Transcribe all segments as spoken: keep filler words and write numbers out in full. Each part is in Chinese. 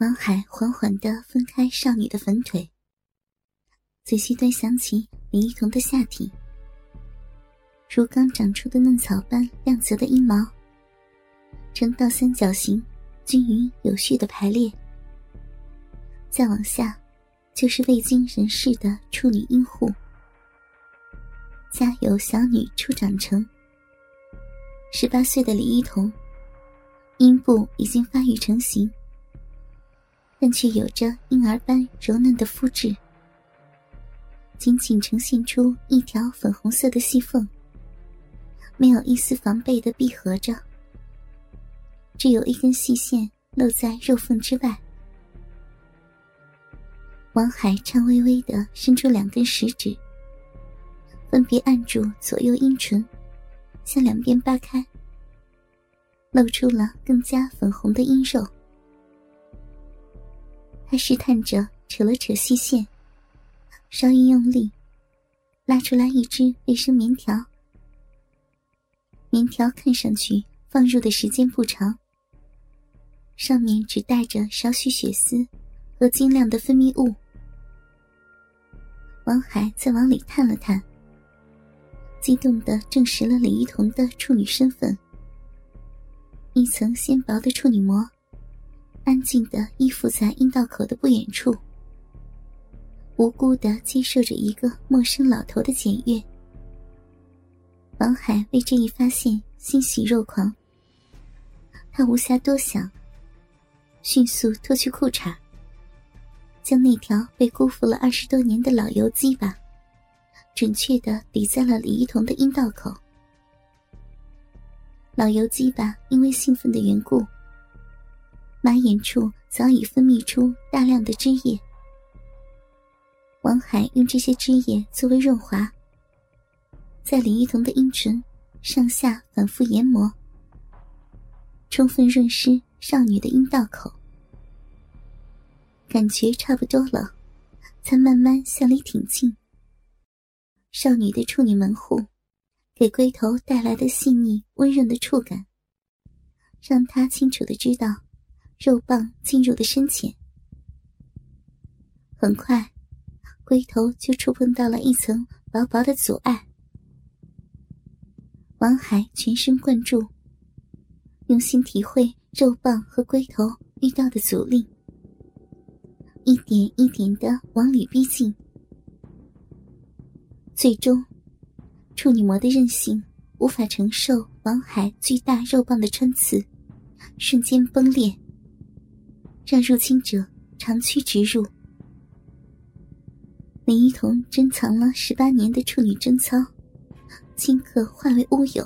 王海缓缓地分开少女的粉腿，仔细端详起林一彤的下体，如刚长出的嫩草般亮泽的阴毛，呈倒三角形，均匀有序地排列。再往下，就是未经人事的处女阴户，家有小女初长成。十八岁的李一彤，阴部已经发育成型，但却有着婴儿般柔嫩的肤质，仅仅呈现出一条粉红色的细缝，没有一丝防备地闭合着，只有一根细线露在肉缝之外。王海颤巍巍地伸出两根食指，分别按住左右阴唇，向两边扒开，露出了更加粉红的阴肉。他试探着扯了扯细线，稍一用力，拉出来一只卫生棉条。棉条看上去放入的时间不长，上面只带着少许血丝和晶亮的分泌物。王海再往里探了探，激动地证实了李一彤的处女身份。一层纤薄的处女膜安静地依附在阴道口的不远处，无辜地接受着一个陌生老头的检阅。王海为这一发现欣喜若狂，他无暇多想，迅速脱去裤衩，将那条被辜负了二十多年的老油鸡巴准确地抵在了李一彤的阴道口。老油鸡巴因为兴奋的缘故，马眼处早已分泌出大量的汁液。王海用这些汁液作为润滑，在李一彤的阴唇上下反复研磨，充分润湿少女的阴道口。感觉差不多了，才慢慢向里挺进。少女的处女门户给龟头带来的细腻温润的触感，让她清楚地知道肉棒进入的深浅。很快，龟头就触碰到了一层薄薄的阻碍。王海全神贯注，用心体会肉棒和龟头遇到的阻力，一点一点地往里逼近。最终，处女膜的韧性无法承受王海巨大肉棒的穿刺，瞬间崩裂，让入侵者长驱直入。林一彤珍藏了十八年的处女贞操，顷刻化为乌有。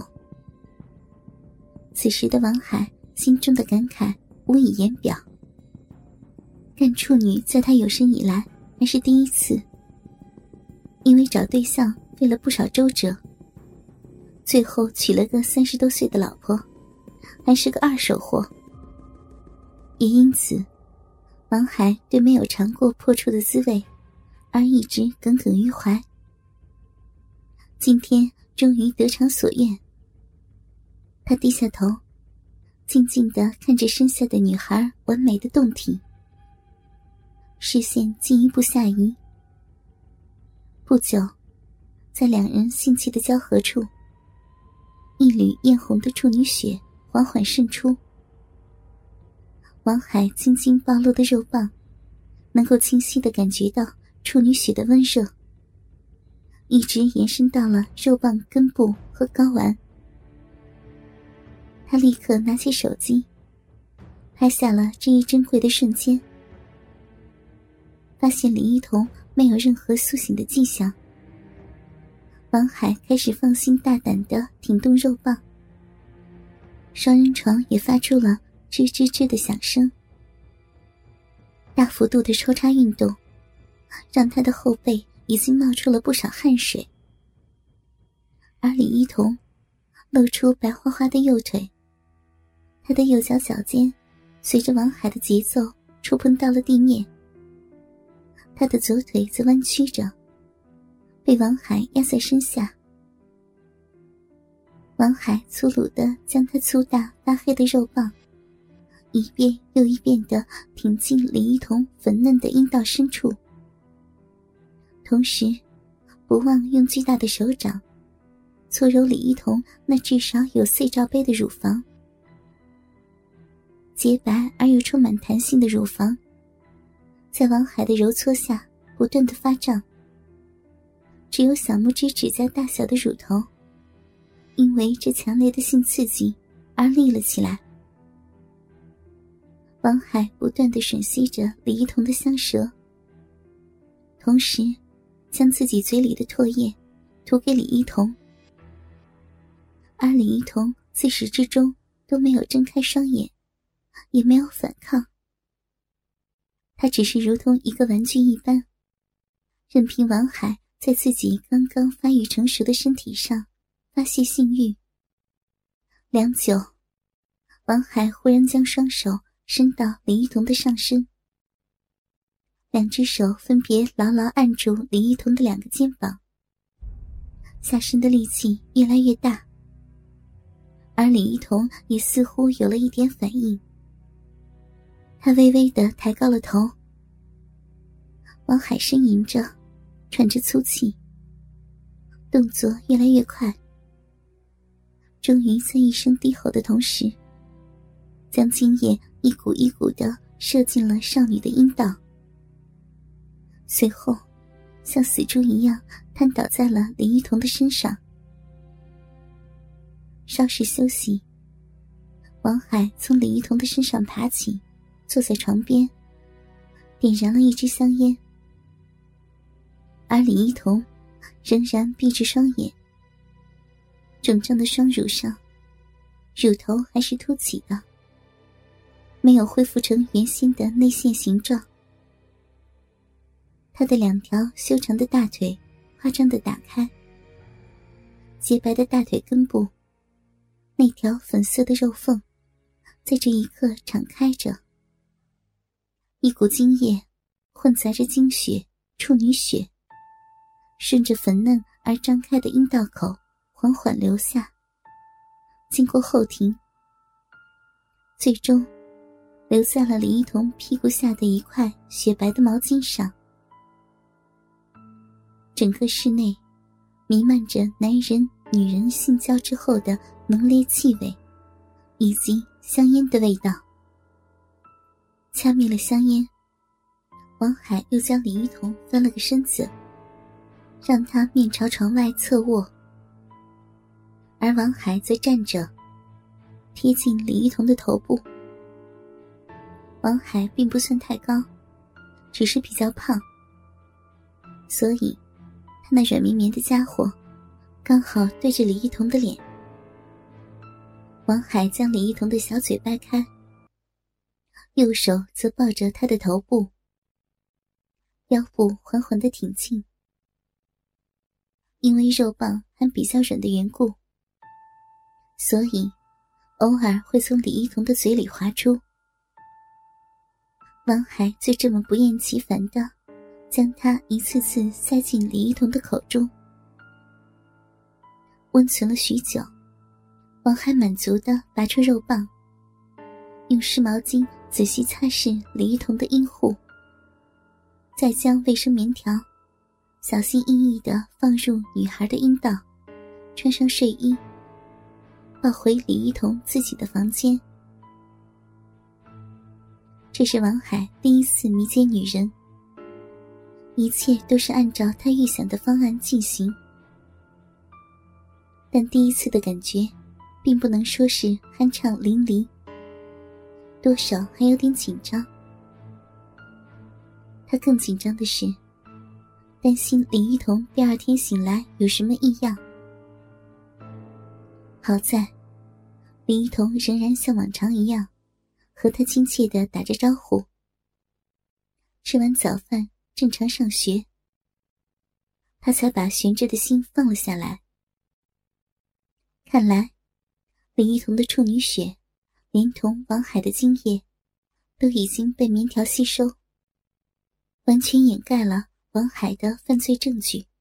此时的王海心中的感慨无以言表。干处女在他有生以来还是第一次，因为找对象费了不少周折，最后娶了个三十多岁的老婆，还是个二手货。也因此，王海对没有尝过破处的滋味而一直耿耿于怀。今天终于得偿所愿，他低下头，静静地看着身下的女孩完美的胴体，视线进一步下移。不久，在两人性器的交合处，一缕艳红的处女血缓缓渗出。王海轻轻暴露的肉棒能够清晰地感觉到处女血的温热，一直延伸到了肉棒根部和睾丸。他立刻拿起手机，拍下了这一珍贵的瞬间，发现林一彤没有任何苏醒的迹象。王海开始放心大胆地挺动肉棒，双人床也发出了吱吱吱的响声。大幅度的抽插运动让他的后背已经冒出了不少汗水，而李一彤露出白花花的右腿，他的右脚脚尖随着王海的节奏触碰到了地面，他的左腿则弯曲着，被王海压在身下。王海粗鲁地将他粗大发黑的肉棒一遍又一遍地挺进李一桐粉嫩的阴道深处，同时不忘用巨大的手掌搓揉李一桐那至少有四罩杯的乳房。洁白而又充满弹性的乳房在王海的揉搓下不断地发胀，只有小拇指指甲大小的乳头因为这强烈的性刺激而立了起来。王海不断地吮吸着李一桐的香舌，同时将自己嘴里的唾液涂给李一桐，而李一桐自始至终都没有睁开双眼，也没有反抗。他只是如同一个玩具一般，任凭王海在自己刚刚发育成熟的身体上发泄性欲。良久，王海忽然将双手伸到李一桐的上身，两只手分别牢牢按住李一桐的两个肩膀，下身的力气越来越大，而李一桐也似乎有了一点反应。他微微地抬高了头，王海呻吟着，喘着粗气，动作越来越快，终于在一声低吼的同时，将精液一股一股地射进了少女的阴道，随后像死猪一样瘫倒在了李一桐的身上。稍事休息，王海从李一桐的身上爬起，坐在床边，点燃了一支香烟，而李一桐仍然闭着双眼，肿胀的双乳上乳头还是凸起的，没有恢复成原先的内线形状。他的两条修长的大腿夸张地打开，洁白的大腿根部那条粉色的肉缝在这一刻敞开着，一股精液混杂着精血、处女血，顺着粉嫩而张开的阴道口缓缓流下，经过后庭，最终留在了李一桐屁股下的一块雪白的毛巾上。整个室内弥漫着男人女人性交之后的浓烈气味以及香烟的味道。掐灭了香烟，王海又将李一桐翻了个身子，让他面朝床外侧卧，而王海则站着贴近李一桐的头部。王海并不算太高，只是比较胖，所以他那软绵绵的家伙刚好对着李一桐的脸。王海将李一桐的小嘴掰开，右手则抱着他的头部，腰部缓缓地挺进。因为肉棒还比较软的缘故，所以偶尔会从李一桐的嘴里滑出。王海就这么不厌其烦地将它一次次塞进李一桐的口中。温存了许久，王海满足地拔出肉棒，用湿毛巾仔细擦拭李一桐的阴户，再将卫生棉条小心翼翼地放入女孩的阴道，穿上睡衣，抱回李一桐自己的房间。这是王海第一次迷奸女人，一切都是按照他预想的方案进行。但第一次的感觉并不能说是酣畅淋漓，多少还有点紧张。他更紧张的是担心李一桐第二天醒来有什么异样。好在李一桐仍然像往常一样和他亲切地打着招呼。吃完早饭正常上学，他才把悬着的心放了下来。看来李一桐的处女血连同王海的精液都已经被棉条吸收，完全掩盖了王海的犯罪证据。